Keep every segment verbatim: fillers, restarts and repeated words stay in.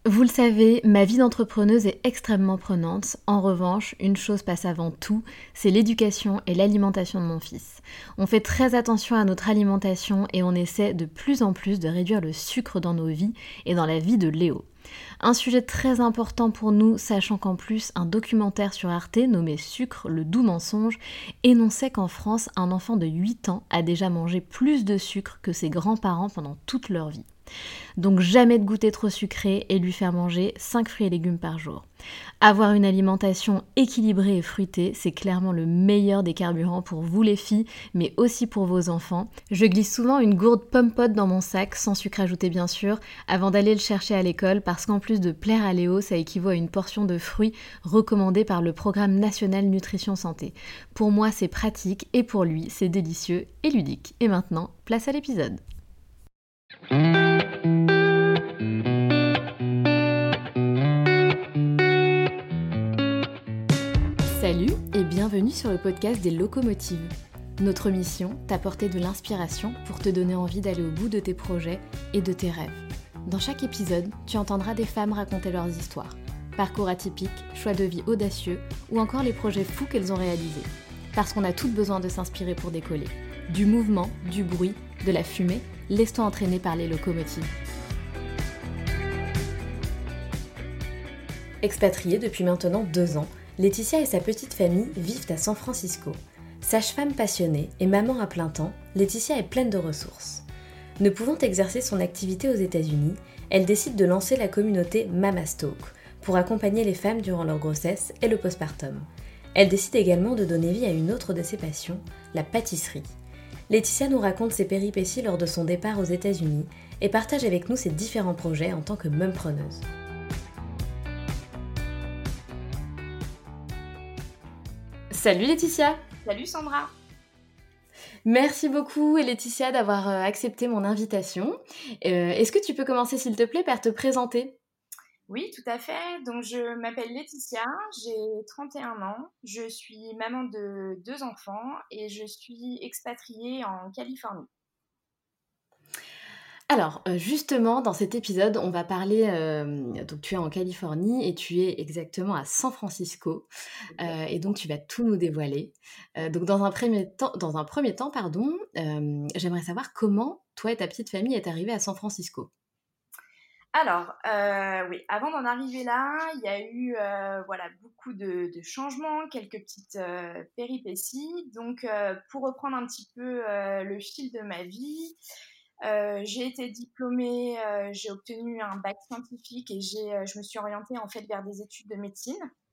Vous le savez, ma vie d'entrepreneuse est extrêmement prenante. En revanche, une chose passe avant tout, c'est l'éducation et l'alimentation de mon fils. On fait très attention à notre alimentation et on essaie de plus en plus de réduire le sucre dans nos vies et dans la vie de Léo. Un sujet très important pour nous, sachant qu'en plus, un documentaire sur Arte nommé Sucre, le doux mensonge, énonçait qu'en France, un enfant de huit ans a déjà mangé plus de sucre que ses grands-parents pendant toute leur vie. Donc jamais de goûter trop sucré et lui faire manger cinq fruits et légumes par jour. Avoir une alimentation équilibrée et fruitée, c'est clairement le meilleur des carburants pour vous les filles, mais aussi pour vos enfants. Je glisse souvent une gourde pomme-pote dans mon sac, sans sucre ajouté bien sûr, avant d'aller le chercher à l'école, parce qu'en plus de plaire à Léo, ça équivaut à une portion de fruits recommandée par le Programme National Nutrition Santé. Pour moi, c'est pratique et pour lui, c'est délicieux et ludique. Et maintenant, place à l'épisode. Salut et bienvenue sur le podcast des locomotives. Notre mission, t'apporter de l'inspiration pour te donner envie d'aller au bout de tes projets et de tes rêves. Dans chaque épisode, tu entendras des femmes raconter leurs histoires, parcours atypiques, choix de vie audacieux ou encore les projets fous qu'elles ont réalisés. Parce qu'on a toutes besoin de s'inspirer pour décoller. Du mouvement, du bruit, de la fumée, laisse-toi entraîner par les locomotives. Expatriée depuis maintenant deux ans, Laetitia et sa petite famille vivent à San Francisco. Sage-femme passionnée et maman à plein temps, Laetitia est pleine de ressources. Ne pouvant exercer son activité aux États-Unis, elle décide de lancer la communauté Mama's Talk pour accompagner les femmes durant leur grossesse et le postpartum. Elle décide également de donner vie à une autre de ses passions, la pâtisserie. Laetitia nous raconte ses péripéties lors de son départ aux États-Unis et partage avec nous ses différents projets en tant que mumpreneuse. Salut Laetitia! Salut Sandra! Merci beaucoup Laetitia d'avoir accepté mon invitation. Euh, est-ce que tu peux commencer s'il te plaît par te présenter? Oui, tout à fait. Donc je m'appelle Laetitia, j'ai trente et un ans, je suis maman de deux enfants et je suis expatriée en Californie. Alors, euh, justement, dans cet épisode, on va parler, euh, donc tu es en Californie et tu es exactement à San Francisco, euh, et donc tu vas tout nous dévoiler. Euh, donc dans un premier temps, dans un premier temps, pardon, euh, j'aimerais savoir comment toi et ta petite famille êtes arrivés à San Francisco. Alors, euh, oui, avant d'en arriver là, il y a eu euh, voilà, beaucoup de, de changements, quelques petites euh, péripéties. Donc, euh, pour reprendre un petit peu euh, le fil de ma vie, Euh, j'ai été diplômée, euh, j'ai obtenu un bac scientifique et j'ai, euh, je me suis orientée en fait vers des études de médecine.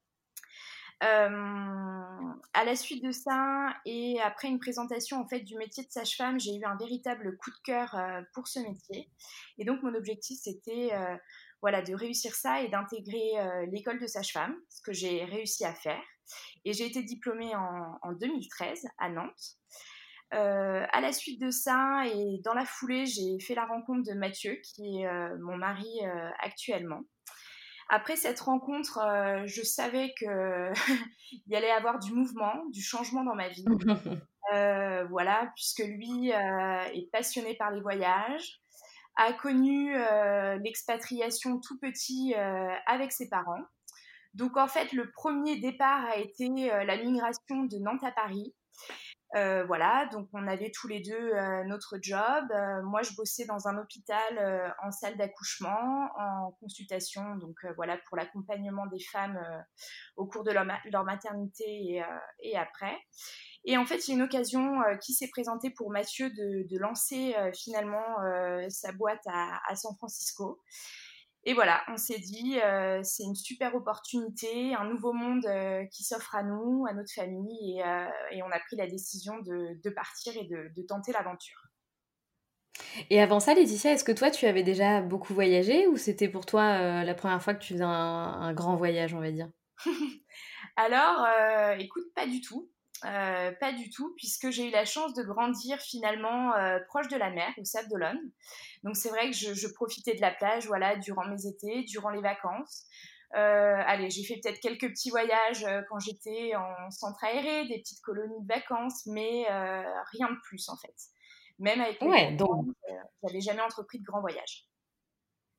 Euh, à la suite de ça et après une présentation en fait du métier de sage-femme, j'ai eu un véritable coup de cœur euh, pour ce métier. Et donc mon objectif c'était euh, voilà, de réussir ça et d'intégrer euh, l'école de sage-femme, ce que j'ai réussi à faire. Et j'ai été diplômée en, en deux mille treize à Nantes. Euh, à la suite de ça et dans la foulée, j'ai fait la rencontre de Mathieu, qui est euh, mon mari euh, actuellement. Après cette rencontre, euh, je savais qu'il y allait avoir du mouvement, du changement dans ma vie. Euh, voilà, puisque lui euh, est passionné par les voyages, a connu euh, l'expatriation tout petit euh, avec ses parents. Donc en fait, le premier départ a été euh, la migration de Nantes à Paris. Euh, voilà, donc on avait tous les deux euh, notre job. Euh, moi, je bossais dans un hôpital euh, en salle d'accouchement, en consultation, donc euh, voilà, pour l'accompagnement des femmes euh, au cours de leur, ma- leur maternité et, euh, et après. Et en fait, il y a une occasion euh, qui s'est présentée pour Mathieu de, de lancer euh, finalement euh, sa boîte à, à San Francisco. Et voilà, on s'est dit, euh, c'est une super opportunité, un nouveau monde euh, qui s'offre à nous, à notre famille, et, euh, et on a pris la décision de, de partir et de, de tenter l'aventure. Et avant ça, Laetitia, est-ce que toi, tu avais déjà beaucoup voyagé ou c'était pour toi euh, la première fois que tu faisais un, un grand voyage, on va dire? Alors, euh, écoute, pas du tout. Euh, pas du tout, puisque j'ai eu la chance de grandir finalement euh, proche de la mer, au Sable d'Olonne. Donc c'est vrai que je, je profitais de la plage, voilà, durant mes étés, durant les vacances. Euh, allez, j'ai fait peut-être quelques petits voyages euh, quand j'étais en centre aéré, des petites colonies de vacances, mais euh, rien de plus en fait. Même avec les Ouais, grands donc voyages, euh, j'avais jamais entrepris de grands voyages.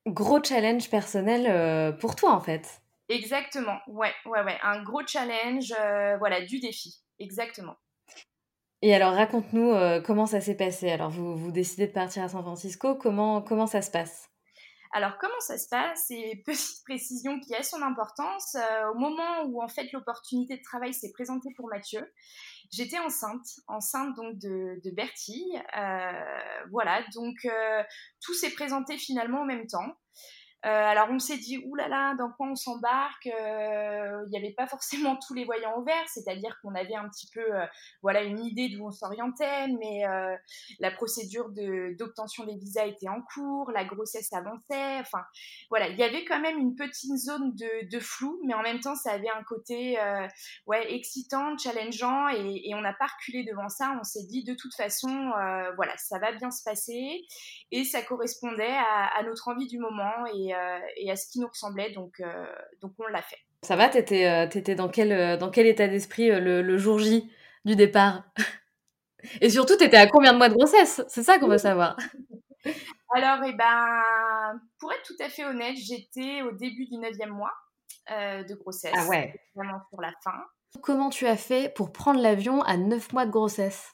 Gros challenge personnel euh, pour toi en fait. Exactement, ouais, ouais, ouais, un gros challenge, euh, voilà, du défi, exactement. Et alors raconte-nous euh, comment ça s'est passé. Alors vous, vous décidez de partir à San Francisco, comment, comment ça se passe? Alors, comment ça se passe? Et petite précision qui a son importance, euh, au moment où en fait l'opportunité de travail s'est présentée pour Mathieu, j'étais enceinte, enceinte donc de, de Bertie. Euh, voilà, donc euh, tout s'est présenté finalement en même temps. Euh, alors on s'est dit, oulala, dans quoi on s'embarque? Euh, Il n'y avait pas forcément tous les voyants au vert, c'est-à-dire qu'on avait un petit peu, euh, voilà, une idée d'où on s'orientait, mais euh, la procédure de, d'obtention des visas était en cours, la grossesse avançait, enfin, voilà, il y avait quand même une petite zone de, de flou, mais en même temps, ça avait un côté, euh, ouais, excitant, challengeant, et, et on n'a pas reculé devant ça. On s'est dit, de toute façon, euh, voilà, ça va bien se passer, et ça correspondait à, à notre envie du moment et, euh, et à ce qui nous ressemblait, donc, euh, donc on l'a fait. Ça va, t'étais, euh, t'étais dans quel, euh, dans quel état d'esprit euh, le, le jour J du départ? Et surtout, t'étais à combien de mois de grossesse? C'est ça qu'on veut savoir. Alors, eh ben, pour être tout à fait honnête, j'étais au début du neuvième mois euh, de Ah grossesse, ouais. vraiment sur la fin. Comment tu as fait pour prendre l'avion à neuf mois de grossesse?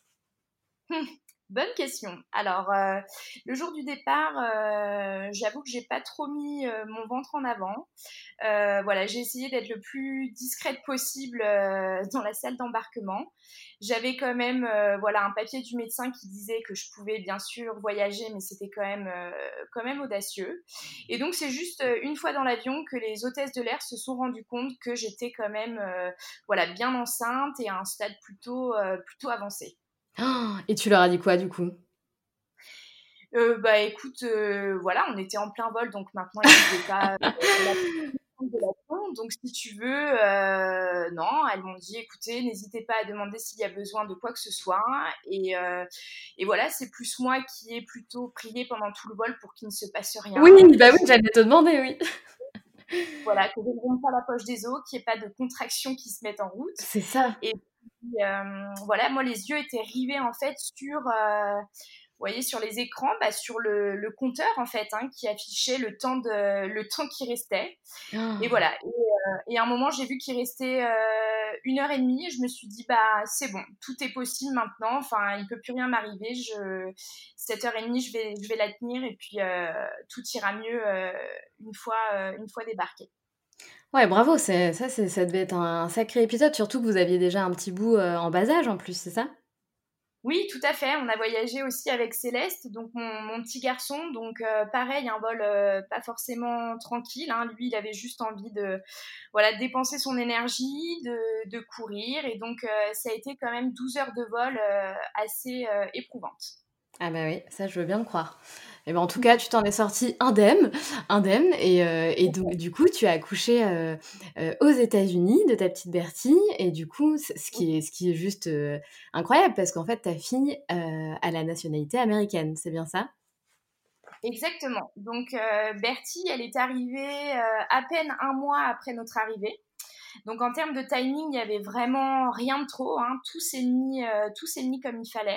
Bonne question. Alors, euh, le jour du départ, euh, j'avoue que j'ai pas trop mis euh, mon ventre en avant. Euh, voilà, j'ai essayé d'être le plus discrète possible euh, dans la salle d'embarquement. J'avais quand même, euh, voilà, un papier du médecin qui disait que je pouvais bien sûr voyager, mais c'était quand même, euh, quand même audacieux. Et donc, c'est juste euh, une fois dans l'avion que les hôtesses de l'air se sont rendues compte que j'étais quand même, euh, voilà, bien enceinte et à un stade plutôt, euh, plutôt avancé. Oh, et tu leur as dit quoi du coup? Euh, bah écoute, euh, voilà, on était en plein vol, donc maintenant ils pouvaient pas euh, la de l'avion. Donc si tu veux, euh, non, elles m'ont dit, écoutez, n'hésitez pas à demander s'il y a besoin de quoi que ce soit. Et, euh, et voilà, c'est plus moi qui ai plutôt prié pendant tout le vol pour qu'il ne se passe Oui, rien. bah oui, Qui, j'allais te demander, oui. voilà, que je ne rompe pas la poche des os, qu'il n'y ait pas de contractions qui se mettent en route. C'est ça. Et puis, euh, voilà, moi les yeux étaient rivés en fait sur euh, vous voyez sur les écrans, bah, sur le, le compteur en fait, hein, qui affichait le temps, de, le temps qui restait. Et Oh. voilà. Et, euh, et à un moment, j'ai vu qu'il restait euh, une heure et demie et je me suis dit, bah c'est bon, tout est possible maintenant. Enfin, il peut plus rien m'arriver. Je, cette heure et demie, je vais, je vais la tenir et puis euh, tout ira mieux euh, une fois, euh, une fois débarqué. Ouais, bravo, c'est, ça, c'est, ça devait être un sacré épisode, surtout que vous aviez déjà un petit bout euh, en bas âge en plus, c'est ça? Oui, tout à fait. On a voyagé aussi avec Céleste, donc mon, mon petit garçon. Donc euh, pareil, un vol euh, pas forcément tranquille, hein. Lui, il avait juste envie de, voilà, de dépenser son énergie, de, de courir. Et donc euh, ça a été quand même douze heures de vol euh, assez euh, éprouvantes. Ah bah oui, ça je veux bien le croire. Et ben en tout cas, tu t'en es sortie indemne, indemne et, euh, et donc du coup, tu as accouché euh, euh, aux États-Unis de ta petite Bertie et du coup, c- ce qui est, ce qui est juste euh, incroyable parce qu'en fait, ta fille euh, a la nationalité américaine, c'est bien ça? Exactement. Donc euh, Bertie, elle est arrivée euh, à peine un mois après notre arrivée. Donc en termes de timing, il y avait vraiment rien de trop, hein. Tout s'est mis, euh, tout s'est mis comme il fallait.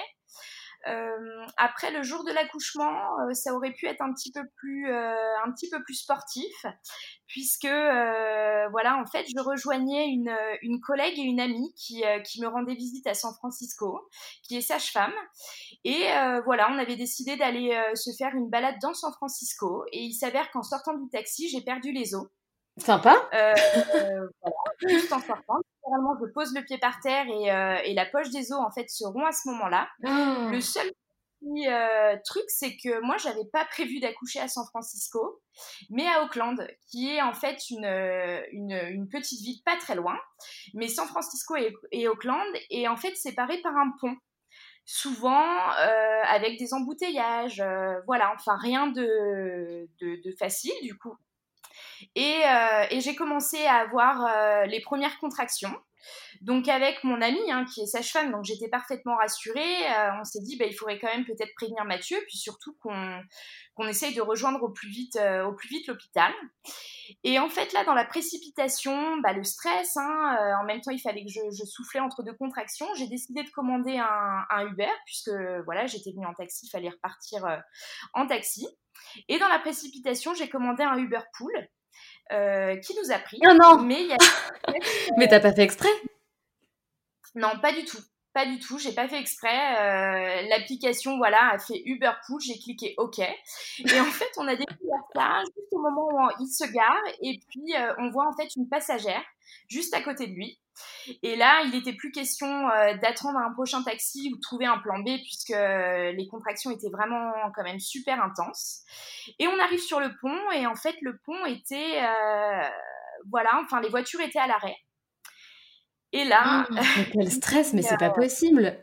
Euh, après le jour de l'accouchement, euh, ça aurait pu être un petit peu plus, euh, un petit peu plus sportif, puisque euh, voilà, en fait, je rejoignais une, une collègue et une amie qui, euh, qui me rendait visite à San Francisco, qui est sage-femme, et euh, voilà, on avait décidé d'aller euh, se faire une balade dans San Francisco, et il s'avère qu'en sortant du taxi, j'ai perdu les os. Sympa? Euh, euh, voilà, juste en sortant. Littéralement, je pose le pied par terre et, euh, et la poche des os en fait se rompt à ce moment-là. Le Oh. seul petit euh, truc, c'est que moi, j'avais pas prévu d'accoucher à San Francisco, mais à Auckland, qui est en fait une, une, une petite ville pas très loin. Mais San Francisco et, et Auckland est en fait séparés par un pont. Souvent euh, avec des embouteillages, euh, voilà, enfin rien de, de, de facile du coup. Et, euh, et j'ai commencé à avoir euh, les premières contractions. Donc avec mon amie hein, qui est sage-femme, donc j'étais parfaitement rassurée. Euh, on s'est dit bah, il faudrait quand même peut-être prévenir Mathieu, puis surtout qu'on qu'on essaye de rejoindre au plus vite, euh, au plus vite l'hôpital. Et en fait là dans la précipitation, bah, le stress, hein, euh, en même temps il fallait que je, je soufflais entre deux contractions. J'ai décidé de commander un, un Uber puisque voilà j'étais venue en taxi, il fallait repartir euh, en taxi. Et dans la précipitation, j'ai commandé un Uber Pool euh, qui nous a pris. Oh non. Mais il y a... Mais t'as pas fait exprès? Non, pas du tout. Pas du tout, j'ai pas fait exprès. Euh, l'application, voilà, a fait Uber Pool, j'ai cliqué OK. Et en fait, on a découvert ça juste au moment où il se gare. Et puis, euh, on voit en fait une passagère juste à côté de lui. Et là, il n'était plus question euh, d'attendre un prochain taxi ou de trouver un plan B puisque euh, les contractions étaient vraiment quand même super intenses. Et on arrive sur le pont et en fait, le pont était... Euh, voilà, enfin, les voitures étaient à l'arrêt. Et là... Oh, mais quel stress, mais c'est pas possible.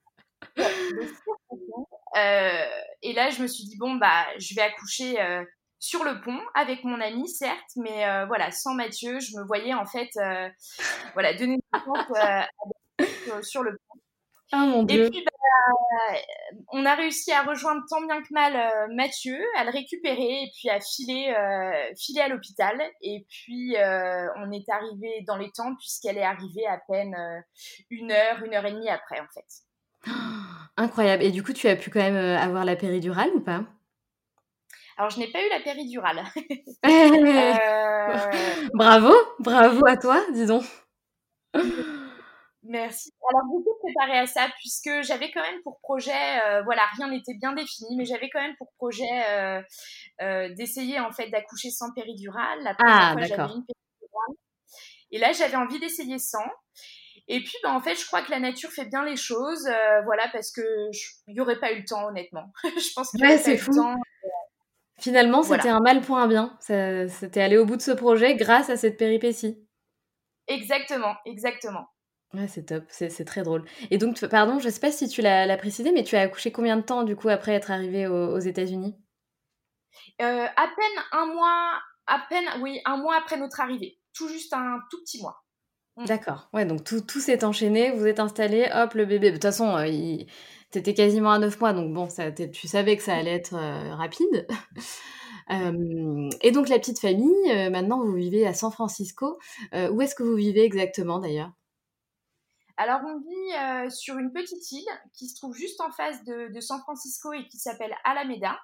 Euh, et là, je me suis dit, bon, bah, je vais accoucher euh, sur le pont avec mon ami, certes, mais euh, voilà, sans Mathieu, je me voyais en fait euh, voilà, donner naissance euh, euh, sur le pont. Oh mon Et Dieu. puis, bah, on a réussi à rejoindre tant bien que mal euh, Mathieu, à le récupérer et puis à filer, euh, filer à l'hôpital. Et puis, euh, on est arrivé dans les temps puisqu'elle est arrivée à peine euh, une heure, une heure et demie après, en fait. Oh, incroyable. Et du coup, tu as pu quand même euh, avoir la péridurale ou pas? Alors, je n'ai pas eu la péridurale. euh... Bravo, bravo à toi, disons. Merci. Alors, beaucoup préparé à ça, puisque j'avais quand même pour projet, euh, voilà, rien n'était bien défini, mais j'avais quand même pour projet euh, euh, d'essayer en fait d'accoucher sans péridurale. La première Ah, fois, j'avais d'accord. une péridurale, et là, j'avais envie d'essayer sans. Et puis, ben, en fait, je crois que la nature fait bien les choses, euh, voilà, parce que il n'y aurait pas eu le temps, honnêtement. Je pense qu'il n'y Ouais, aurait pas c'est eu le fou. temps. Finalement, c'était Voilà, un mal pour un bien. Ça, c'était allé au bout de ce projet grâce à cette péripétie. exactement, exactement. Ouais, c'est top, c'est c'est très drôle. Et donc, tu- pardon, je sais pas si tu l'as l'as précisé, mais tu as accouché combien de temps du coup après être arrivée aux, aux États-Unis? Euh, à peine un mois, à peine, oui, un mois après notre arrivée, tout juste un tout petit mois. Mm. D'accord. Ouais, donc tout, tout s'est enchaîné, vous êtes installés, hop, le bébé. De toute façon, euh, il... t'étais quasiment à neuf mois, donc bon, ça, t'es- tu savais que ça allait être euh, rapide. Euh, et donc la petite famille, euh, maintenant vous vivez à San Francisco. Euh, où est-ce que vous vivez exactement d'ailleurs? Alors, on vit euh, sur une petite île qui se trouve juste en face de, de San Francisco et qui s'appelle Alameda.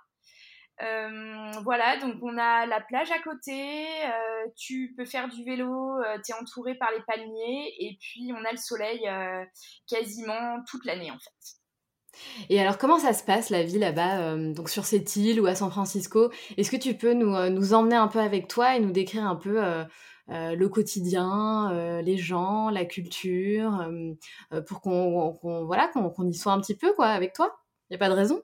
Euh, voilà, donc on a la plage à côté, euh, tu peux faire du vélo, euh, tu es entouré par les palmiers et puis on a le soleil euh, quasiment toute l'année en fait. Et alors comment ça se passe la vie là-bas, euh, donc sur cette île ou à San Francisco? Est-ce que tu peux nous, euh, nous emmener un peu avec toi et nous décrire un peu euh, euh, le quotidien, euh, les gens, la culture, euh, euh, pour qu'on qu'on- voilà, qu'on qu'on y soit un petit peu quoi avec toi? Il n'y a pas de raison?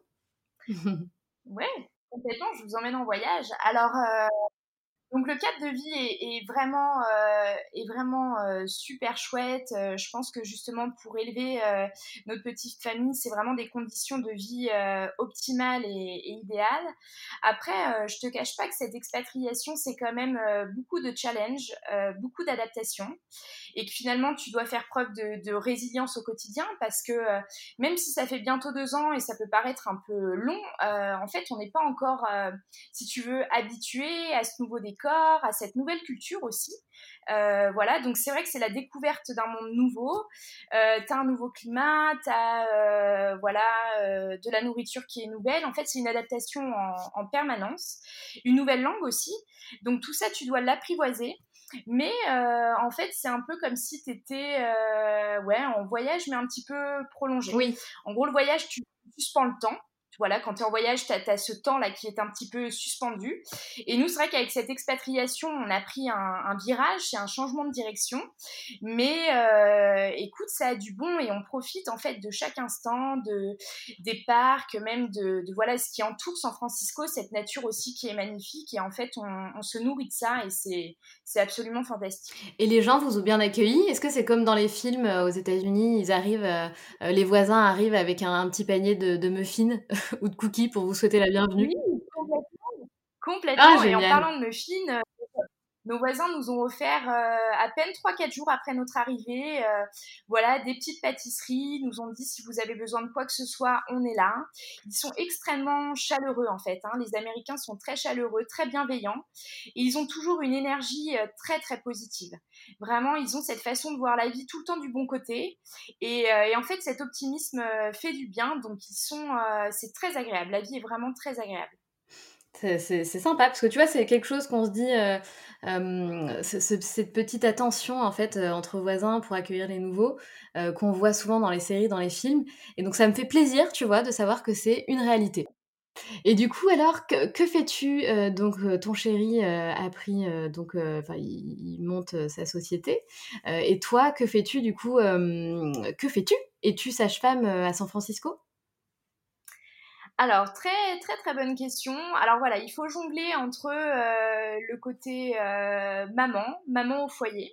Ouais, complètement, je vous emmène en voyage. Alors, euh, donc le cadre de vie est, est vraiment, euh, est vraiment euh, super chouette. Euh, je pense que justement pour élever euh, notre petite famille, c'est vraiment des conditions de vie euh, optimales et, et idéales. Après, euh, je te cache pas que cette expatriation, c'est quand même euh, beaucoup de challenges, euh, beaucoup d'adaptations et que finalement tu dois faire preuve de, de résilience au quotidien parce que euh, même si ça fait bientôt deux ans et ça peut paraître un peu long, euh, en fait on n'est pas encore, euh, si tu veux, habitué à ce nouveau décor, à cette nouvelle culture aussi. Euh, voilà, donc c'est vrai que c'est la découverte d'un monde nouveau. Euh, t'as un nouveau climat, t'as euh, voilà euh, de la nourriture qui est nouvelle. En fait, c'est une adaptation en, en permanence, une nouvelle langue aussi. Donc tout ça, tu dois l'apprivoiser. Mais euh, en fait, c'est un peu comme si tu étais euh, ouais, en voyage, mais un petit peu prolongé. Oui. En gros, le voyage, tu suspends le temps. Voilà, quand tu es en voyage, tu as ce temps-là qui est un petit peu suspendu. Et nous, c'est vrai qu'avec cette expatriation, on a pris un, un virage, c'est un changement de direction. Mais euh, écoute, ça a du bon et on profite en fait de chaque instant, de, des parcs, même de, de voilà ce qui entoure San Francisco, cette nature aussi qui est magnifique. Et en fait, on, on se nourrit de ça et c'est, c'est absolument fantastique. Et les gens vous ont bien accueillis? Est-ce que c'est comme dans les films euh, aux États-Unis, ils arrivent, euh, euh, les voisins arrivent avec un, un petit panier de, de muffins ou de cookies pour vous souhaiter la bienvenue? Oui, complètement. Ah, Complètement. Et en génial. parlant de muffins, euh, nos voisins nous ont offert euh, à peine trois quatre jours après notre arrivée, euh, voilà, des petites pâtisseries. Ils nous ont dit si vous avez besoin de quoi que ce soit, on est là. Ils sont extrêmement chaleureux en fait. Hein. Les Américains sont très chaleureux, très bienveillants, et ils ont toujours une énergie euh, très très positive. Vraiment, ils ont cette façon de voir la vie tout le temps du bon côté, et, euh, et en fait, cet optimisme euh, fait du bien. Donc ils sont, euh, c'est très agréable. La vie est vraiment très agréable. C'est, c'est, c'est sympa parce que tu vois, c'est quelque chose qu'on se dit, euh, euh, ce- ce- cette petite attention en fait euh, entre voisins pour accueillir les nouveaux, euh, qu'on voit souvent dans les séries, dans les films. Et donc ça me fait plaisir, tu vois, de savoir que c'est une réalité. Et du coup, alors, que, que fais-tu euh, Donc, euh, ton chéri euh, a pris, euh, donc, euh, enfin, il, il monte euh, sa société. Euh, et toi, que fais-tu du coup euh, Que fais-tu Es-tu sage-femme euh, à San Francisco? Alors, très, très, très bonne question. Alors voilà, il faut jongler entre euh, le côté euh, maman, maman au foyer,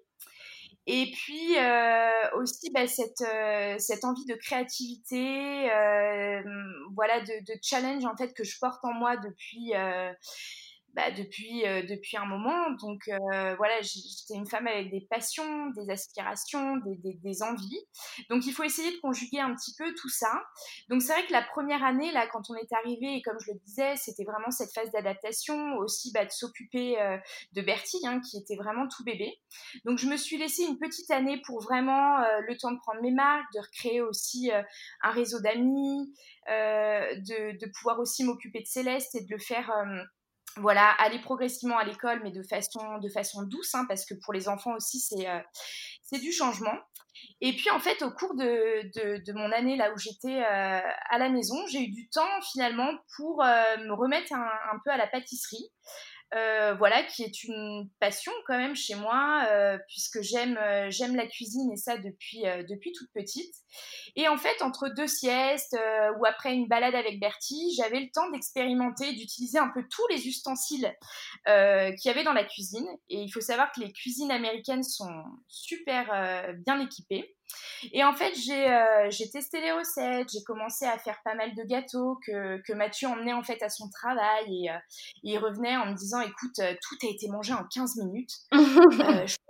et puis euh, aussi bah, cette, euh, cette envie de créativité, euh, voilà, de, de challenge en fait que je porte en moi depuis, euh, bah, depuis, euh, depuis un moment. Donc euh, voilà, j'étais une femme avec des passions, des aspirations, des, des, des envies. Donc il faut essayer de conjuguer un petit peu tout ça. Donc c'est vrai que la première année, là, quand on est arrivé, et comme je le disais, c'était vraiment cette phase d'adaptation, aussi bah, de s'occuper euh, de Bertie, hein, qui était vraiment tout bébé. Donc je me suis laissée une petite année pour vraiment euh, le temps de prendre mes marques, de recréer aussi euh, un réseau d'amis, euh, de, de pouvoir aussi m'occuper de Céleste et de le faire... Euh, voilà, aller progressivement à l'école, mais de façon, de façon douce, hein, parce que pour les enfants aussi, c'est, euh, c'est du changement. Et puis, en fait, au cours de, de, de mon année là où j'étais euh, à la maison, j'ai eu du temps finalement pour euh, me remettre un, un peu à la pâtisserie. Euh, voilà, qui est une passion quand même chez moi, euh, puisque j'aime, euh, j'aime la cuisine et ça depuis, euh, depuis toute petite. Et en fait, entre deux siestes euh, ou après une balade avec Bertie, j'avais le temps d'expérimenter, d'utiliser un peu tous les ustensiles euh, qu'il y avait dans la cuisine. Et il faut savoir que les cuisines américaines sont super euh, bien équipées. Et en fait, j'ai, euh, j'ai testé les recettes, j'ai commencé à faire pas mal de gâteaux que, que Mathieu emmenait en fait à son travail et, euh, il revenait en me disant, écoute, euh, tout a été mangé en quinze minutes. Euh, je,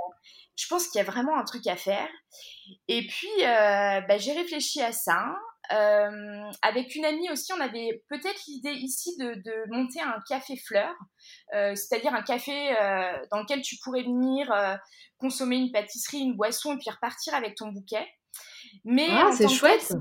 je pense qu'il y a vraiment un truc à faire. Et puis, euh, bah, j'ai réfléchi à ça. Euh, avec une amie aussi, on avait peut-être l'idée ici de, de monter un café fleur, euh, c'est-à-dire un café euh, dans lequel tu pourrais venir euh, consommer une pâtisserie, une boisson et puis repartir avec ton bouquet. Mais Ah, en c'est tant que tel, chouette. c'est,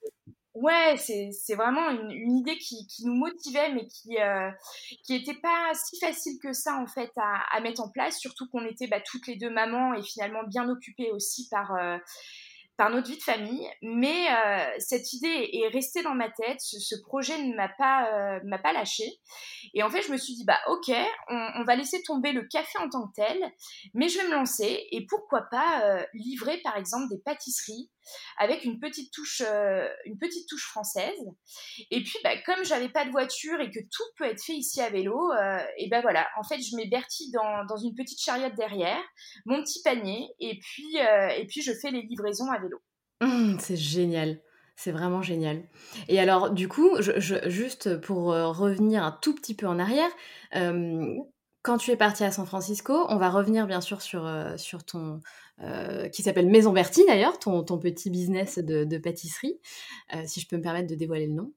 ouais, c'est, c'est vraiment une, une idée qui, qui nous motivait, mais qui euh, qui était pas si facile que ça en fait à, à mettre en place, surtout qu'on était bah, toutes les deux mamans et finalement bien occupées aussi par euh, par notre vie de famille, mais euh, cette idée est restée dans ma tête, ce, ce projet ne m'a pas, euh, m'a pas lâché. Et en fait, je me suis dit, bah ok, on, on va laisser tomber le café en tant que tel, mais je vais me lancer et pourquoi pas euh, livrer par exemple des pâtisseries avec une petite touche, euh, une petite touche française. Et puis, bah, comme j'avais pas de voiture et que tout peut être fait ici à vélo, euh, et ben voilà, en fait, je mets Bertie dans, dans une petite chariote derrière, mon petit panier, et puis, euh, et puis je fais les livraisons à vélo. Mmh, c'est génial, c'est vraiment génial. Et alors, du coup, je, je- juste pour euh, revenir un tout petit peu en arrière, euh, quand tu es partie à San Francisco, on va revenir bien sûr sur, euh, sur ton, euh, qui s'appelle Maison Bertie d'ailleurs, ton, ton petit business de, de pâtisserie, euh, si je peux me permettre de dévoiler le nom.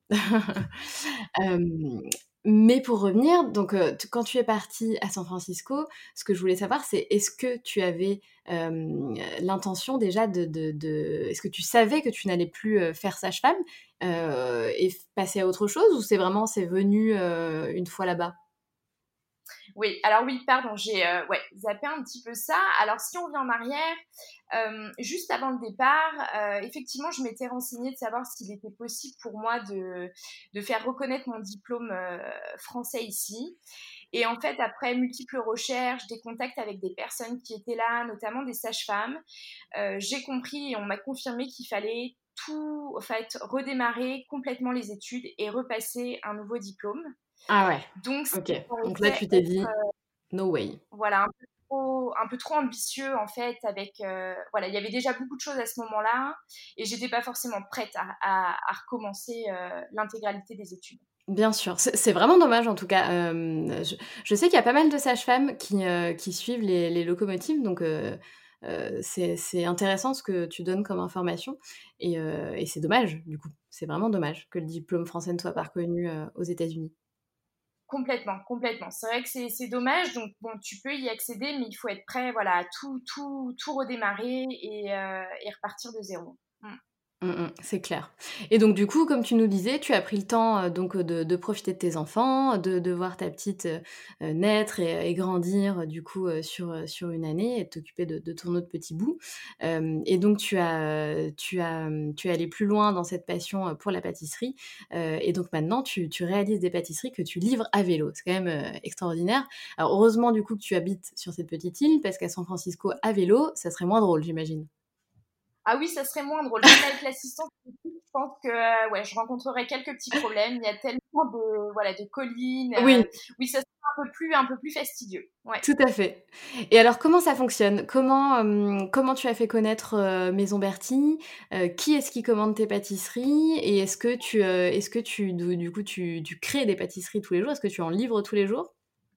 Euh, mais pour revenir, donc euh, t- quand tu es partie à San Francisco, ce que je voulais savoir, c'est est-ce que tu avais euh, l'intention déjà de, de, de- Est-ce que tu savais que tu n'allais plus euh, faire sage-femme euh, et f- passer à autre chose ou c'est vraiment, c'est venu euh, une fois là-bas? Oui, alors oui, pardon, j'ai euh, ouais, zappé un petit peu ça. Alors si on revient en arrière, euh, juste avant le départ, euh, effectivement, je m'étais renseignée de savoir s'il était possible pour moi de, de faire reconnaître mon diplôme euh, français ici. Et en fait, après multiples recherches, des contacts avec des personnes qui étaient là, notamment des sages-femmes, euh, j'ai compris et on m'a confirmé qu'il fallait tout, en fait, redémarrer complètement les études et repasser un nouveau diplôme. Ah ouais, Donc, ça ok. me Donc là, paraissait tu t'es dit, no way. voilà, un peu trop, un peu trop ambitieux en fait. Avec, euh, voilà, il y avait déjà beaucoup de choses à ce moment-là et j'étais pas forcément prête à, à, à recommencer euh, l'intégralité des études. Bien sûr, c'est c'est vraiment dommage en tout cas. Euh, je, je sais qu'il y a pas mal de sages-femmes qui, euh, qui suivent les, les locomotives, donc euh, euh, c'est c'est intéressant ce que tu donnes comme information. Et, euh, et c'est dommage, du coup. C'est vraiment dommage que le diplôme français ne soit pas Ouais. reconnu euh, aux États-Unis. Complètement, complètement. C'est vrai que c'est, c'est dommage. Donc bon, tu peux y accéder, mais il faut être prêt, voilà, à tout, tout, tout redémarrer et, euh, et repartir de zéro. Mm. Mmh mh, c'est clair. Et donc du coup, comme tu nous disais, tu as pris le temps, heu, donc de de profiter de tes enfants, de de voir ta petite, heu heu, naître et et grandir, heu, du coup, heu, sur, heu, sur une année et de t'occuper de de ton autre petit bout. Hem et donc tu as, heu, tu as, mmh, tu es allée plus loin dans cette passion, heu, pour la pâtisserie, heu et donc maintenant tu tu réalises des pâtisseries que tu livres à vélo. C'est quand même, heu, extraordinaire. Alors heureusement du coup que tu habites sur cette petite île parce qu'à San Francisco, à vélo, ça serait moins drôle, j'imagine? Ah oui, ça serait moins drôle. Même avec l'assistance, je pense que euh, ouais, je rencontrerais quelques petits problèmes. Il y a tellement de, voilà, de collines. Oui. euh, oui, ça serait un peu plus, un peu plus fastidieux. Ouais. Tout à fait. Et alors comment ça fonctionne? Comment, hem, comment tu as fait connaître, heu, Maison Berty? Heu, qui est-ce qui commande tes pâtisseries? Et est-ce que tu, heu, est-ce que tu du du coup tu tu crées des pâtisseries tous les jours? Est-ce que tu en livres tous les jours?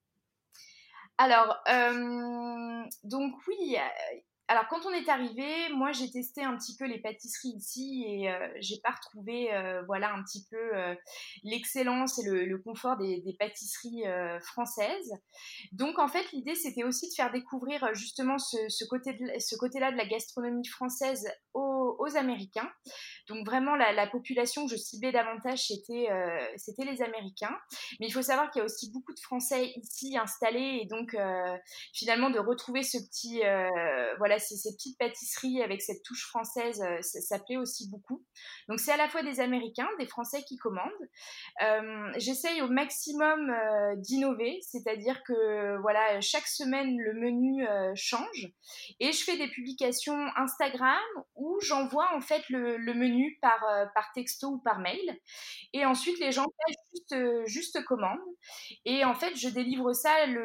Alors, euh, donc oui, euh, alors quand on est arrivé, moi j'ai testé un petit peu les pâtisseries ici et euh, j'ai pas retrouvé euh, voilà un petit peu euh, l'excellence et le, le confort des, des pâtisseries euh, françaises. Donc en fait l'idée c'était aussi de faire découvrir euh, justement ce, ce côté de, ce côté-là de la gastronomie française aux, aux Américains. Donc vraiment, la, la population que je ciblais davantage, c'était, euh, c'était les Américains. Mais il faut savoir qu'il y a aussi beaucoup de Français ici installés et donc euh, finalement de retrouver ce petit, euh, voilà, ces, ces petites pâtisseries avec cette touche française, euh, ça, ça plaît aussi beaucoup. Donc c'est à la fois des Américains, des Français qui commandent. Euh, j'essaye au maximum euh, d'innover, c'est-à-dire que voilà, chaque semaine le menu euh, change et je fais des publications Instagram où j'envoie en fait le, le menu par, euh, par texto ou par mail et ensuite les gens passent juste, euh, juste commande et en fait je délivre ça le,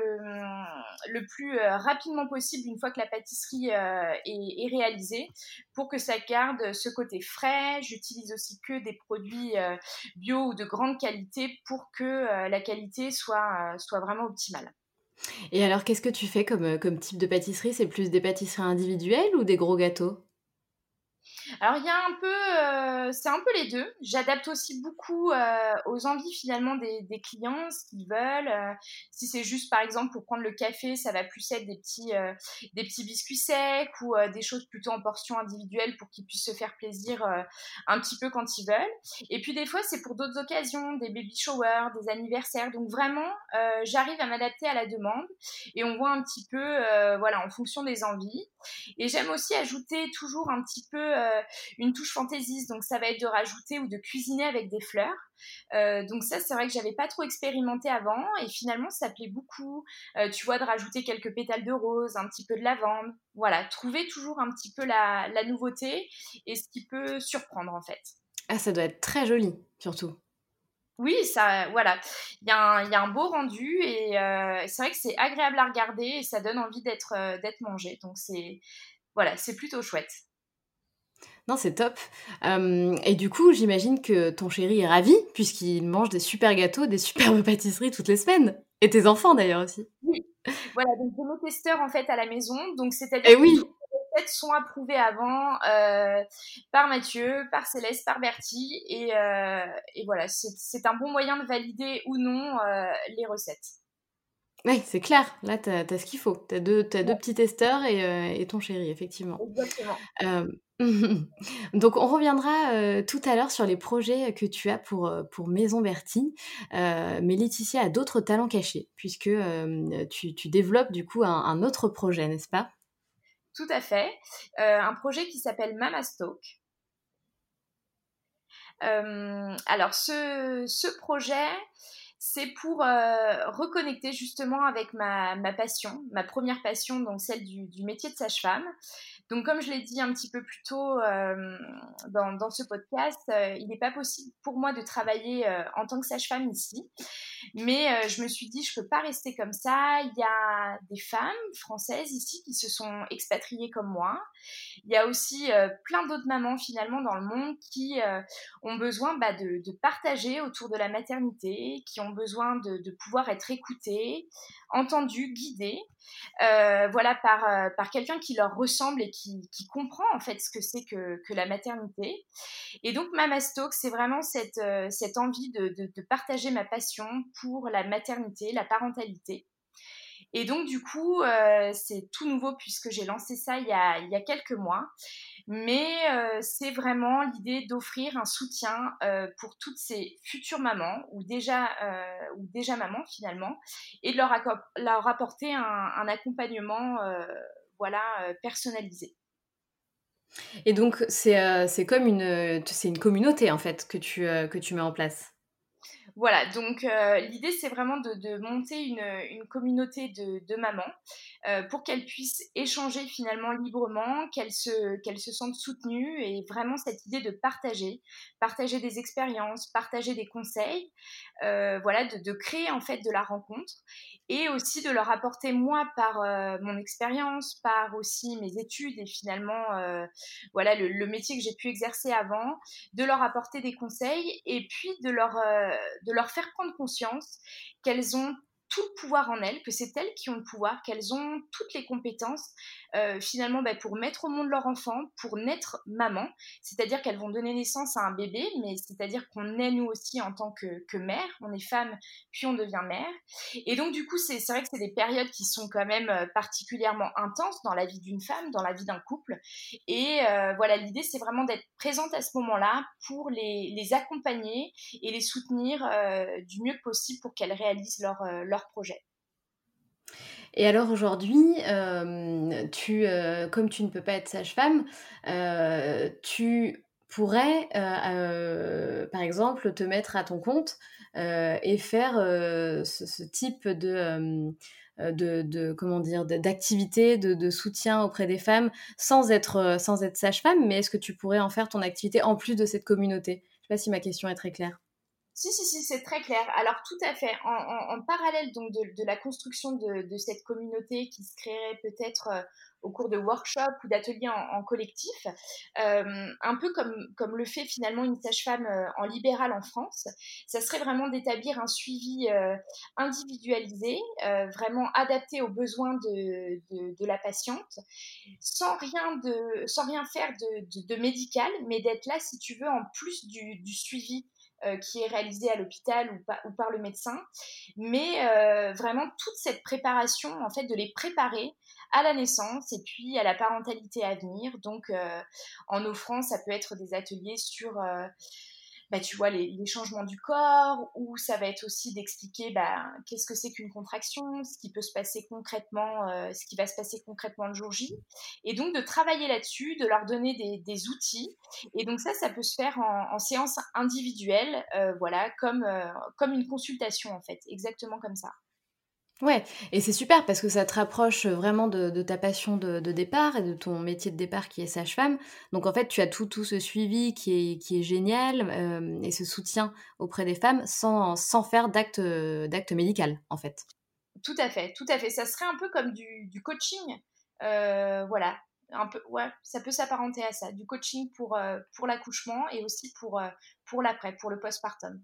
le plus euh, rapidement possible une fois que la pâtisserie euh, est, est réalisée pour que ça garde ce côté frais. J'utilise aussi que des produits euh, bio ou de grande qualité pour que euh, la qualité soit, euh, soit vraiment optimale. Et alors qu'est-ce que tu fais comme, heu, comme type de pâtisserie? C'est plus des pâtisseries individuelles ou des gros gâteaux? Alors il y a un peu, euh, c'est un peu les deux. J'adapte aussi beaucoup euh, aux envies finalement des, des clients, ce qu'ils veulent. Euh, si c'est juste par exemple pour prendre le café, ça va plus être des petits, euh, des petits biscuits secs ou euh, des choses plutôt en portions individuelles pour qu'ils puissent se faire plaisir euh, un petit peu quand ils veulent. Et puis des fois c'est pour d'autres occasions, des baby showers, des anniversaires. Donc vraiment, euh, j'arrive à m'adapter à la demande et on voit un petit peu, euh, voilà, en fonction des envies. Et j'aime aussi ajouter toujours un petit peu euh, une touche fantaisiste. Donc ça va être de rajouter ou de cuisiner avec des fleurs. Euh, donc ça, c'est vrai que j'avais pas trop expérimenté avant et finalement ça plaît beaucoup. Euh, tu vois, de rajouter quelques pétales de rose, un petit peu de lavande. Voilà, trouver toujours un petit peu la, la nouveauté et ce qui peut surprendre en fait. Ah, ça doit être très joli, surtout. Oui, ça, voilà, il y, a un- il y a un beau rendu et euh, c'est vrai que c'est agréable à regarder et ça donne envie d'être euh, d'être mangé. Donc c'est voilà, c'est plutôt chouette. Non, c'est top. Hem et du coup, j'imagine que ton chéri est ravi puisqu'il mange des super gâteaux, des superbes pâtisseries toutes les semaines et tes enfants d'ailleurs aussi. Oui, voilà, donc j'ai mes testeurs en fait à la maison, donc c'est-à-dire Et que toutes oui! les recettes sont approuvées avant euh, par Mathieu, par Céleste, par Bertie, et, euh, et voilà, c'est c'est un bon moyen de valider ou non euh, les recettes. Ouais, c'est clair. Là, tu as ce qu'il faut. Tu as deux tu as deux Ouais, petits testeurs et heu et ton chéri, effectivement. exactement. Hem, donc on reviendra, heu, tout à l'heure sur les projets que tu as pour, heu, pour Maison Berty. Heu, mais Laetitia a d'autres talents cachés puisque, hem, tu tu développes du coup un un autre projet, n'est-ce pas? Tout à fait. Euh, un projet qui s'appelle Mama Stoke. Euh, alors ce, ce projet, c'est pour euh, reconnecter justement avec ma, ma passion, ma première passion, donc celle du, du métier de sage-femme. Donc, comme je l'ai dit un petit peu plus tôt euh, dans, dans ce podcast, euh, il n'est pas possible pour moi de travailler euh, en tant que sage-femme ici. Mais euh, je me suis dit, je ne peux pas rester comme ça. Il y a des femmes françaises ici qui se sont expatriées comme moi. Il y a aussi euh, plein d'autres mamans finalement dans le monde qui euh, ont besoin bah, de, de partager autour de la maternité, qui ont besoin de, de pouvoir être écoutées, entendues, guidées, euh, voilà, par, euh, par quelqu'un qui leur ressemble et qui, qui comprend en fait ce que c'est que, que la maternité. Et donc Mama Stoke, c'est vraiment cette, euh, cette envie de, de, de partager ma passion pour la maternité, la parentalité. Et donc, du coup, euh, c'est tout nouveau puisque j'ai lancé ça il y a, il y a quelques mois. Mais euh, c'est vraiment l'idée d'offrir un soutien euh, pour toutes ces futures mamans ou déjà, euh, ou déjà mamans finalement, et de leur, acco- leur apporter un, un accompagnement euh, voilà, euh, personnalisé. Et donc, c'est euh, c'est comme une, c'est une communauté en fait que tu, euh, que tu mets en place. Voilà, donc euh, l'idée c'est vraiment de, de monter une, une communauté de, de mamans euh, pour qu'elles puissent échanger finalement librement, qu'elles se, qu'elles se sentent soutenues et vraiment cette idée de partager, partager des expériences, partager des conseils, euh, voilà, de, de créer en fait de la rencontre et aussi de leur apporter moi par euh, mon expérience, par aussi mes études et finalement euh, voilà le, le métier que j'ai pu exercer avant, de leur apporter des conseils et puis de leur, euh, de leur faire prendre conscience qu'elles ont tout le pouvoir en elles, que c'est elles qui ont le pouvoir, qu'elles ont toutes les compétences euh, finalement bah, pour mettre au monde leur enfant, pour naître maman, c'est-à-dire qu'elles vont donner naissance à un bébé, mais c'est-à-dire qu'on est nous aussi en tant que, que mère, on est femme, puis on devient mère. Et donc du coup, c'est, c'est vrai que c'est des périodes qui sont quand même euh, particulièrement intenses dans la vie d'une femme, dans la vie d'un couple. Et euh, voilà, l'idée, c'est vraiment d'être présente à ce moment-là pour les, les accompagner et les soutenir euh, du mieux possible pour qu'elles réalisent leur, euh, leur projet. Et alors aujourd'hui, euh, tu, euh, comme tu ne peux pas être sage-femme, euh, tu pourrais, euh, euh, par exemple, te mettre à ton compte euh, et faire euh, ce, ce type de, euh, de, de, comment dire, de- d'activité, de, de soutien auprès des femmes sans être, euh, sans être sage-femme, mais est-ce que tu pourrais en faire ton activité en plus de cette communauté? Je ne sais pas si ma question est très claire. Si, si, si, c'est très clair. Alors, tout à fait. En, en, en parallèle donc de, de la construction de, de cette communauté qui se créerait peut-être euh, au cours de workshops ou d'ateliers en, en collectif, euh, un peu comme, comme le fait finalement une sage-femme euh, en libéral en France, ça serait vraiment d'établir un suivi euh, individualisé, euh, vraiment adapté aux besoins de, de, de la patiente, sans rien, de, sans rien faire de, de, de médical, mais d'être là, si tu veux, en plus du, du suivi euh, qui est réalisé à l'hôpital ou, pa- ou par le médecin, mais euh, vraiment toute cette préparation, en fait, de les préparer à la naissance et puis à la parentalité à venir. Donc, euh, en offrant, ça peut être des ateliers sur euh, bah, tu vois, les, les changements du corps, ou ça va être aussi d'expliquer bah, qu'est-ce que c'est qu'une contraction, ce qui peut se passer concrètement, euh, ce qui va se passer concrètement le jour J, et donc de travailler là-dessus, de leur donner des, des outils, et donc ça, ça peut se faire en, en séance individuelle, euh, voilà, comme, euh, comme une consultation en fait, exactement comme ça. Ouais, et c'est super parce que ça te rapproche vraiment de, de ta passion de, de départ et de ton métier de départ qui est sage-femme. Donc en fait, tu as tout, tout ce suivi qui est, qui est génial euh, et ce soutien auprès des femmes sans, sans faire d'acte, d'acte médical en fait. Tout à fait, tout à fait. Ça serait un peu comme du, du coaching, euh, voilà. Un peu, ouais, ça peut s'apparenter à ça, du coaching pour, euh, pour l'accouchement et aussi pour, euh, pour l'après, pour le postpartum.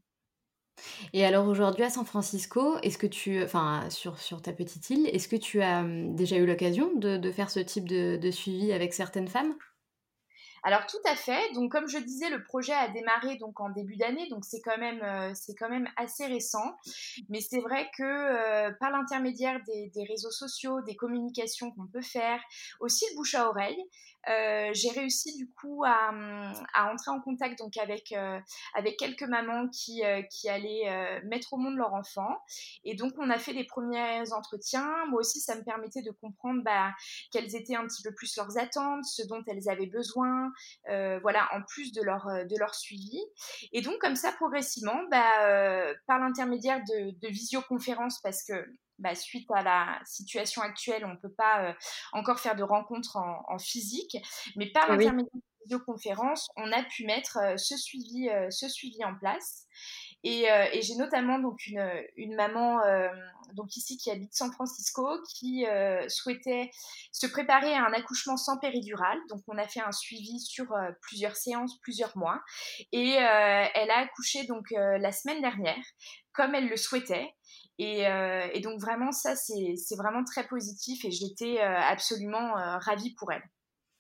Et alors aujourd'hui à San Francisco, est-ce que tu, enfin sur, sur ta petite île, est-ce que tu as hum, déjà eu l'occasion de, de faire ce type de, de suivi avec certaines femmes? Alors tout à fait. Donc comme je disais, le projet a démarré donc en début d'année, donc c'est quand même euh, c'est quand même assez récent. Mais c'est vrai que euh, par l'intermédiaire des, des réseaux sociaux, des communications qu'on peut faire, aussi le bouche à oreille, euh, j'ai réussi du coup à, hum, à entrer en contact donc avec euh, avec quelques mamans qui euh, qui allaient euh, mettre au monde leur enfant. Et donc on a fait des premiers entretiens. Moi aussi, ça me permettait de comprendre bah, quelles étaient un petit peu plus leurs attentes, ce dont elles avaient besoin, euh, voilà, en plus de leur, de leur suivi. Et donc, comme ça, progressivement, bah, euh, par l'intermédiaire de, de visioconférences, parce que bah, suite à la situation actuelle, on ne peut pas euh, encore faire de rencontres en, en physique, mais par Eh oui. l'intermédiaire de visioconférences, on a pu mettre euh, ce, suivi, euh, ce suivi en place. Et, euh, et j'ai notamment donc une, une maman euh, donc ici qui habite San Francisco qui euh, souhaitait se préparer à un accouchement sans péridurale. Donc on a fait un suivi sur euh, plusieurs séances, plusieurs mois, et euh, elle a accouché donc euh, la semaine dernière comme elle le souhaitait. Et, euh, et donc vraiment ça c'est, c'est vraiment très positif et j'étais euh, absolument euh, ravie pour elle.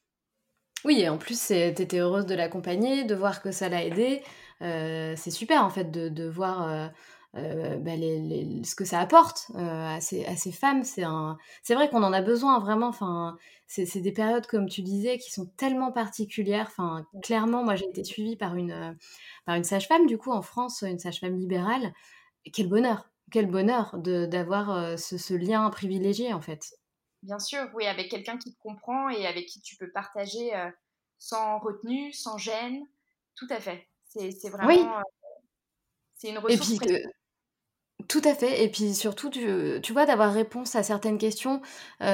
Oui, et en plus, c'est tu étais heureuse de l'accompagner, de voir que ça l'a aidée. Heu, c'est super en fait de de voir, heu euh, bah, les, les- ce que ça apporte euh, à, ces, à ces femmes. C'est, un, c'est vrai qu'on en a besoin vraiment. Enfin, c'est, c'est des périodes, comme tu disais, qui sont tellement particulières. Enfin, clairement, moi j'ai été suivie par une, euh, par une sage-femme, du coup, en France, une sage-femme libérale. Et quel bonheur! Quel bonheur de, d'avoir euh, ce, ce lien privilégié, en fait. Bien sûr, oui, avec quelqu'un qui te comprend et avec qui tu peux partager euh, sans retenue, sans gêne. Tout à fait. C'est c'est Oui, vraiment, euh, c'est une et ressource puis précieuse. que tout à fait et puis surtout tu, tu vois d'avoir réponse à certaines questions,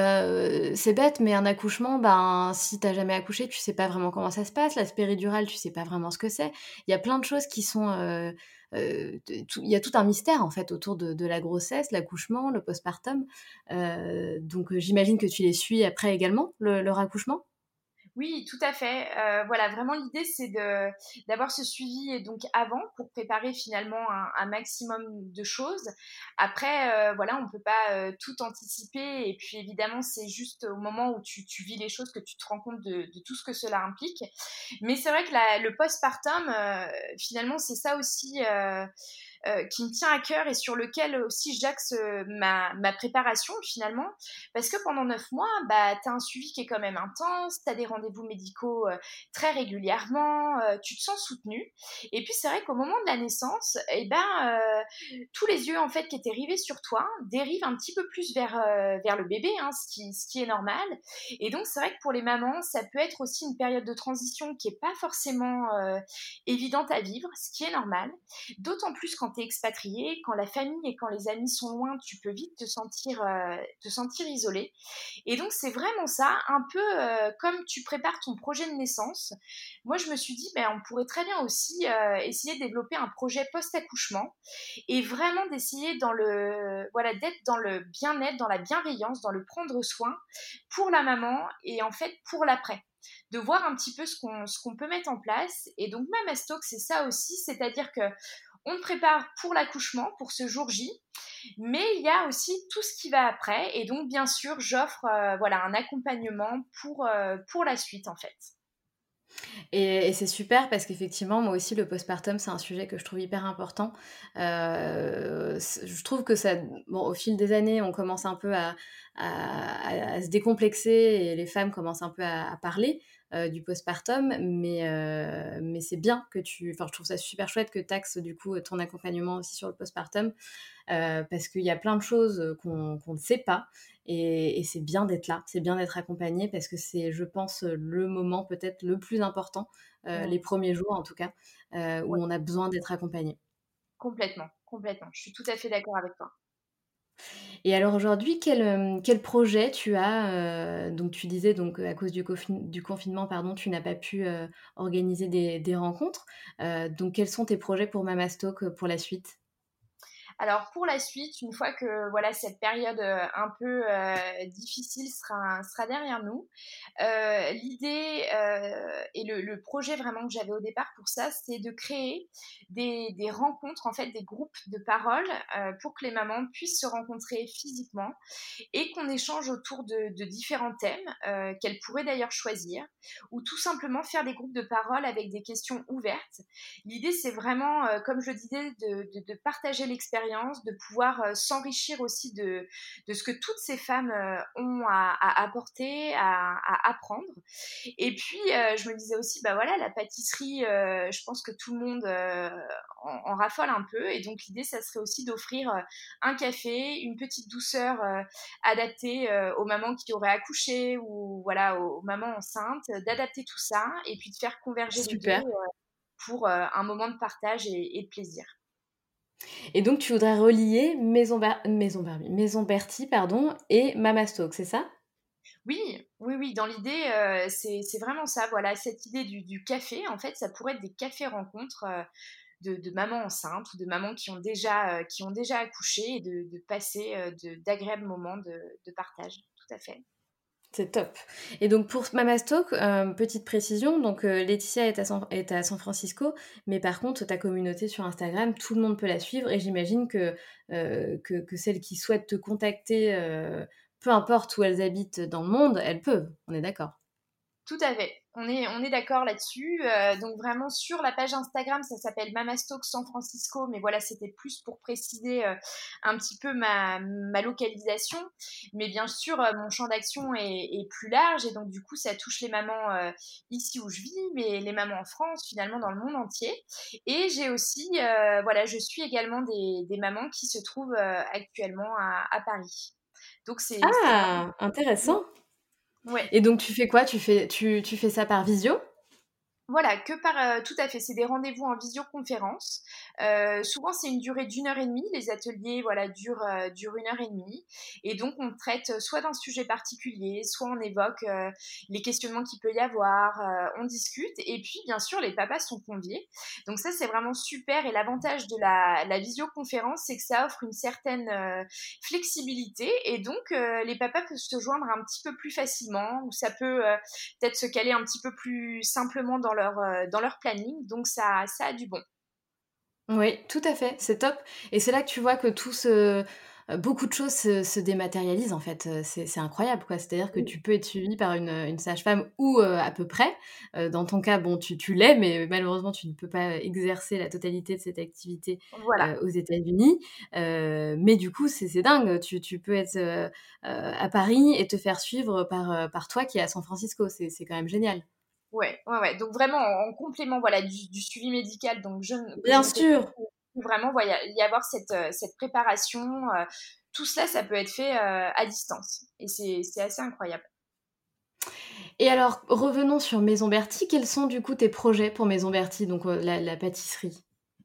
heu, c'est bête mais un accouchement, ben, si tu as jamais accouché, tu sais pas vraiment comment ça se passe. La péridurale, tu sais pas vraiment ce que c'est. Il y a plein de choses qui sont, heu heu, t tout il y a tout un mystère en fait autour de de la grossesse, l'accouchement, le postpartum, heu, donc heu, j'imagine que tu les suis après également, le leur accouchement? Oui, tout à fait. Euh, voilà, vraiment l'idée c'est de d'avoir ce suivi et donc avant pour préparer finalement un, un maximum de choses. Après, euh, voilà, on peut pas euh, tout anticiper et puis évidemment c'est juste au moment où tu, tu vis les choses que tu te rends compte de, de tout ce que cela implique. Mais c'est vrai que la- le postpartum, euh, finalement, c'est ça aussi. Euh, euh, qui me tient à cœur et sur lequel aussi j'axe euh, ma, ma préparation finalement. Parce que pendant neuf mois, bah, tu as un suivi qui est quand même intense, tu as des rendez-vous médicaux euh, très régulièrement, euh, tu te sens soutenu. Et puis c'est vrai qu'au moment de la naissance, eh ben, euh, tous les yeux en fait qui étaient rivés sur toi dérivent un petit peu plus vers, euh, vers le bébé, hein, ce, qui, ce qui est normal. Et donc c'est vrai que pour les mamans, ça peut être aussi une période de transition qui n'est pas forcément euh, évidente à vivre, ce qui est normal. D'autant plus quand tu es expatrié, quand la famille et quand les amis sont loin, tu peux vite te sentir, euh, te sentir isolé. Et donc c'est vraiment ça, un peu euh, comme tu prépares ton projet de naissance. Moi je me suis dit, ben, on pourrait très bien aussi euh, essayer de développer un projet post-accouchement et vraiment d'essayer dans le, voilà, d'être dans le bien-être, dans la bienveillance, dans le prendre soin pour la maman et en fait pour l'après de voir un petit peu ce qu'on ce qu'on peut mettre en place. Et donc, ma mastoc, c'est ça aussi, c'est-à-dire que on te prépare pour l'accouchement, pour ce jour J, mais il y a aussi tout ce qui va après. Et donc, bien sûr, j'offre euh, voilà, un accompagnement pour, euh, pour la suite, en fait. Et, et c'est super parce qu'effectivement, moi aussi, le postpartum, c'est un sujet que je trouve hyper important. Euh, c'est- je trouve que ça, bon, au fil des années, on commence un peu à, à- à se décomplexer et les femmes commencent un peu à, à parler euh, du postpartum, mais, euh, mais c'est bien que tu, enfin, je trouve ça super chouette que tu axes du coup ton accompagnement aussi sur le postpartum euh, parce qu'il y a plein de choses qu'on qu'on ne sait pas et, et c'est bien d'être là, c'est bien d'être accompagné parce que c'est, je pense, le moment peut-être le plus important, euh, les Mm. premiers jours en tout cas, euh, Ouais, où on a besoin d'être accompagné. complètement, complètement. Je suis tout à fait d'accord avec toi. Et alors aujourd'hui, quel, euh, quel projet tu as euh, donc tu disais donc à cause du, confin- du confinement, pardon, tu n'as pas pu euh, organiser des, des rencontres. Euh, donc quels sont tes projets pour Mamastock euh, pour la suite? Alors pour la suite, une fois que voilà cette période euh, un peu euh, difficile sera, sera derrière nous, euh, l'idée euh, et le, le projet vraiment que j'avais au départ pour ça, c'est de créer des, des rencontres, en fait des groupes de parole euh, pour que les mamans puissent se rencontrer physiquement et qu'on échange autour de, de différents thèmes euh, qu'elles pourraient d'ailleurs choisir ou tout simplement faire des groupes de parole avec des questions ouvertes. L'idée, c'est vraiment, euh, comme je le disais, de, de, de partager l'expérience, de pouvoir euh, s'enrichir aussi de, de ce que toutes ces femmes euh, ont à, à apporter, à, à apprendre. Et puis, euh, je me disais aussi, bah voilà, la pâtisserie, euh, je pense que tout le monde euh, en, en raffole un peu. Et donc, l'idée, ça serait aussi d'offrir euh, un café, une petite douceur euh, adaptée euh, aux mamans qui auraient accouché ou voilà, aux, aux mamans enceintes, d'adapter tout ça et puis de faire converger les deux Super. euh, pour euh, un moment de partage et, et de plaisir. Et donc tu voudrais relier Maison, Ber- Maison Barbie, Maison Berthy, pardon, et Mamastock, c'est ça? Oui, oui, oui, dans l'idée, euh, c'est c'est vraiment ça. Voilà, cette idée du, du café, en fait, ça pourrait être des cafés rencontres euh, de, de mamans enceintes ou de mamans qui ont déjà, euh, qui ont déjà accouché et de, de passer euh, de- d'agréables moments de, de partage. Tout à fait. C'est top. Et donc pour Mamastock, euh, petite précision, donc euh, Laetitia est à, San, est à San Francisco, mais par contre ta communauté sur Instagram, tout le monde peut la suivre et j'imagine que, euh, que, que celles qui souhaitent te contacter, euh, peu importe où elles habitent dans le monde, elles peuvent, on est d'accord. Tout à fait. On est, on est d'accord là-dessus. Euh, donc vraiment sur la page Instagram, ça s'appelle Mamastalk San Francisco, mais voilà, c'était plus pour préciser euh, un petit peu ma, ma localisation. Mais bien sûr, euh, mon champ d'action est, est plus large et donc du coup, ça touche les mamans euh, ici où je vis, mais les mamans en France, finalement dans le monde entier. Et j'ai aussi, euh, voilà, je suis également des, des mamans qui se trouvent euh, actuellement à, à Paris. Donc c'est, c'est vraiment... Ah, intéressant. Ouais. Et donc tu fais quoi? Tu fais, tu, tu fais ça par visio? Voilà, que par euh, tout à fait, c'est des rendez-vous en visioconférence. Euh, souvent, c'est une durée d'une heure et demie. Les ateliers, voilà, durent, euh, durent une heure et demie. Et donc, on traite soit d'un sujet particulier, soit on évoque euh, les questionnements qu'il peut y avoir, euh, on discute. Et puis, bien sûr, les papas sont conviés. Donc ça, c'est vraiment super. Et l'avantage de la, la visioconférence, c'est que ça offre une certaine euh, flexibilité. Et donc, euh, les papas peuvent se joindre un petit peu plus facilement, ou ça peut euh, peut-être se caler un petit peu plus simplement dans leur, euh, dans leur planning. Donc, ça, ça a du bon. Oui, tout à fait, c'est top. Et c'est là que tu vois que tout se heu, beaucoup de choses se se dématérialisent, en fait, heu, c'est c'est incroyable, quoi. C'est-à-dire que Oui, tu peux être suivi par une, une sage-femme ou, heu, à peu près. Heu, dans ton cas, bon, tu tu l'es, mais malheureusement, tu ne peux pas exercer la totalité de cette activité, voilà. heu, aux États-Unis. Heu, mais du coup, c'est c'est dingue. Tu tu peux être, heu heu, à Paris et te faire suivre par, heu, par toi qui est à San Francisco. C'est c'est quand même génial. Ouais, ouais, ouais. Donc, vraiment, en, en complément voilà, du, du suivi médical donc je, ne- que je Bien ne fais pas, sûr! vraiment, voilà, y avoir cette, euh, cette préparation. euh, tout cela, ça peut être fait euh, à distance. Et c'est c'est assez incroyable. Et alors, revenons sur Maison Berty. Quels sont du coup tes projets pour Maison Berty, donc heu, la la pâtisserie?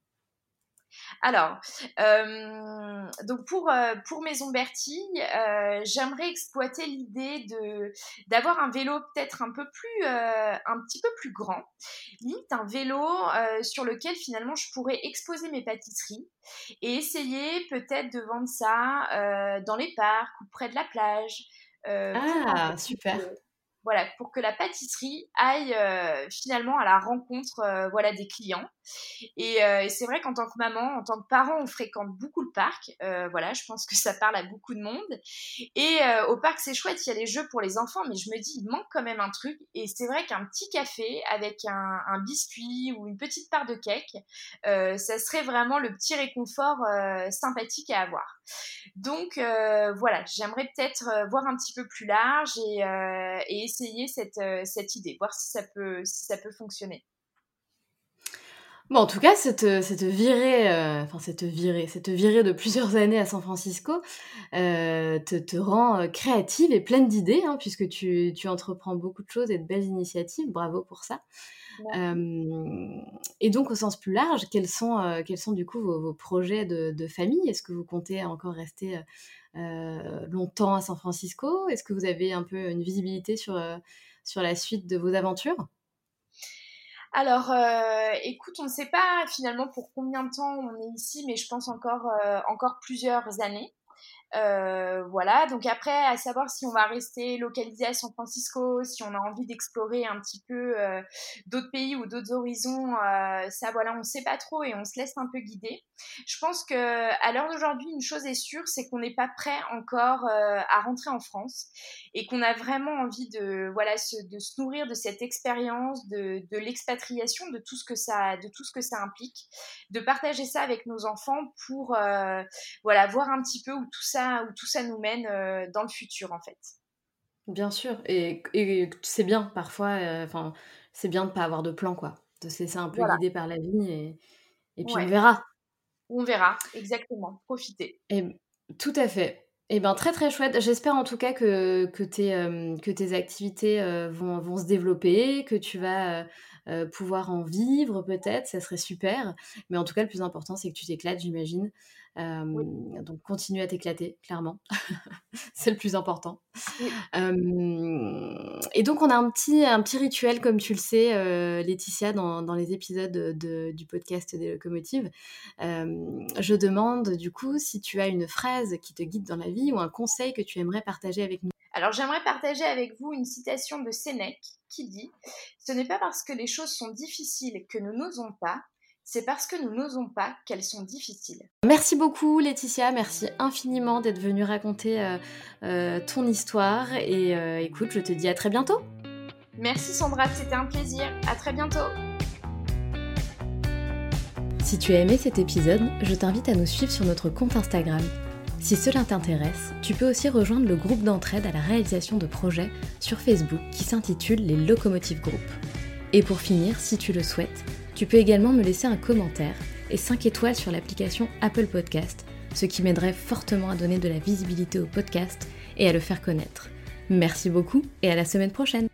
Alors, euh, donc pour, euh, pour Maison Berty, euh, j'aimerais exploiter l'idée de d'avoir un vélo peut-être un peu plus, euh, un petit peu plus grand, limite un vélo euh, sur lequel finalement je pourrais exposer mes pâtisseries et essayer peut-être de vendre ça euh, dans les parcs ou près de la plage euh, pour en Ah, fait, super! voilà, pour que la pâtisserie aille euh, finalement à la rencontre euh, voilà, des clients. Et, euh, et c'est vrai qu'en tant que maman, en tant que parent, on fréquente beaucoup le parc. Euh, voilà, je pense que ça parle à beaucoup de monde. Et euh, au parc, c'est chouette, il y a les jeux pour les enfants, mais je me dis, il manque quand même un truc. Et c'est vrai qu'un petit café avec un, un biscuit ou une petite part de cake, euh, ça serait vraiment le petit réconfort euh, sympathique à avoir. Donc euh, voilà, j'aimerais peut-être euh, voir un petit peu plus large et, euh, et essayer cette, euh, cette idée, voir si ça peut, si ça peut fonctionner. Bon, en tout cas, cette, cette virée, heu, enfin cette virée cette virée de plusieurs années à San Francisco, heu, te te rend, heu, créative et pleine d'idées, hein, puisque tu tu entreprends beaucoup de choses et de belles initiatives. Bravo pour ça. Merci. Hem Et donc au sens plus large, quels sont, heu, quels sont du coup vos vos projets de de famille? Est-ce que vous comptez encore rester, heu heu, longtemps à San Francisco? Est-ce que vous avez un peu une visibilité sur, heu, sur la suite de vos aventures? Alors, euh, écoute, on ne sait pas finalement pour combien de temps on est ici, mais je pense encore, euh, encore plusieurs années. Euh, voilà, donc après, à savoir si on va rester localisé à San Francisco, si on a envie d'explorer un petit peu euh, d'autres pays ou d'autres horizons, euh, ça, voilà, on ne sait pas trop et on se laisse un peu guider. Je pense que à l'heure d'aujourd'hui, une chose est sûre, c'est qu'on n'est pas prêt encore euh, à rentrer en France et qu'on a vraiment envie de, voilà, se, de se nourrir de cette expérience, de, de l'expatriation, de tout ce que ça, de tout ce que ça implique, de partager ça avec nos enfants pour euh, voilà, voir un petit peu où tout ça, où tout ça nous mène euh, dans le futur en fait. Bien sûr, et et c'est bien parfois, heu, enfin, c'est bien de pas avoir de plan, quoi. De se laisser un peu Voilà, guider par la vie et et puis on ouais, verra. on verra, exactement, profiter. Et mmh, tout à fait. Et ben, très, très chouette. J'espère en tout cas que que tes, hem, que tes activités, heu, vont vont se développer, que tu vas, heu heu, pouvoir en vivre peut-être, ça serait super. Mais en tout cas, le plus important, c'est que tu t'éclates, j'imagine. Oui, Hem, donc continue à t'éclater, clairement. C'est le plus important. oui. Hem Et donc on a un petit un petit rituel, comme tu le sais, heu, Laetitia, dans dans les épisodes de du podcast des locomotives. Hem, je demande du coup si tu as une phrase qui te guide dans la vie ou un conseil que tu aimerais partager avec nous. Alors j'aimerais partager avec vous une citation de Sénèque qui dit: Ce n'est pas parce que les choses sont difficiles que nous n'osons pas, c'est parce que nous n'osons pas qu'elles sont difficiles. Merci beaucoup Laetitia, merci infiniment d'être venue raconter, heu heu, ton histoire et heu, écoute, je te dis à très bientôt. Merci Sandra, c'était un plaisir. À très bientôt. Si tu as aimé cet épisode, je t'invite à nous suivre sur notre compte Instagram. Si cela t'intéresse, tu peux aussi rejoindre le groupe d'entraide à la réalisation de projets sur Facebook qui s'intitule les Locomotive Group. Et pour finir, si tu le souhaites, tu peux également me laisser un commentaire et cinq étoiles sur l'application Apple Podcast, ce qui m'aiderait fortement à donner de la visibilité au podcast et à le faire connaître. Merci beaucoup et à la semaine prochaine.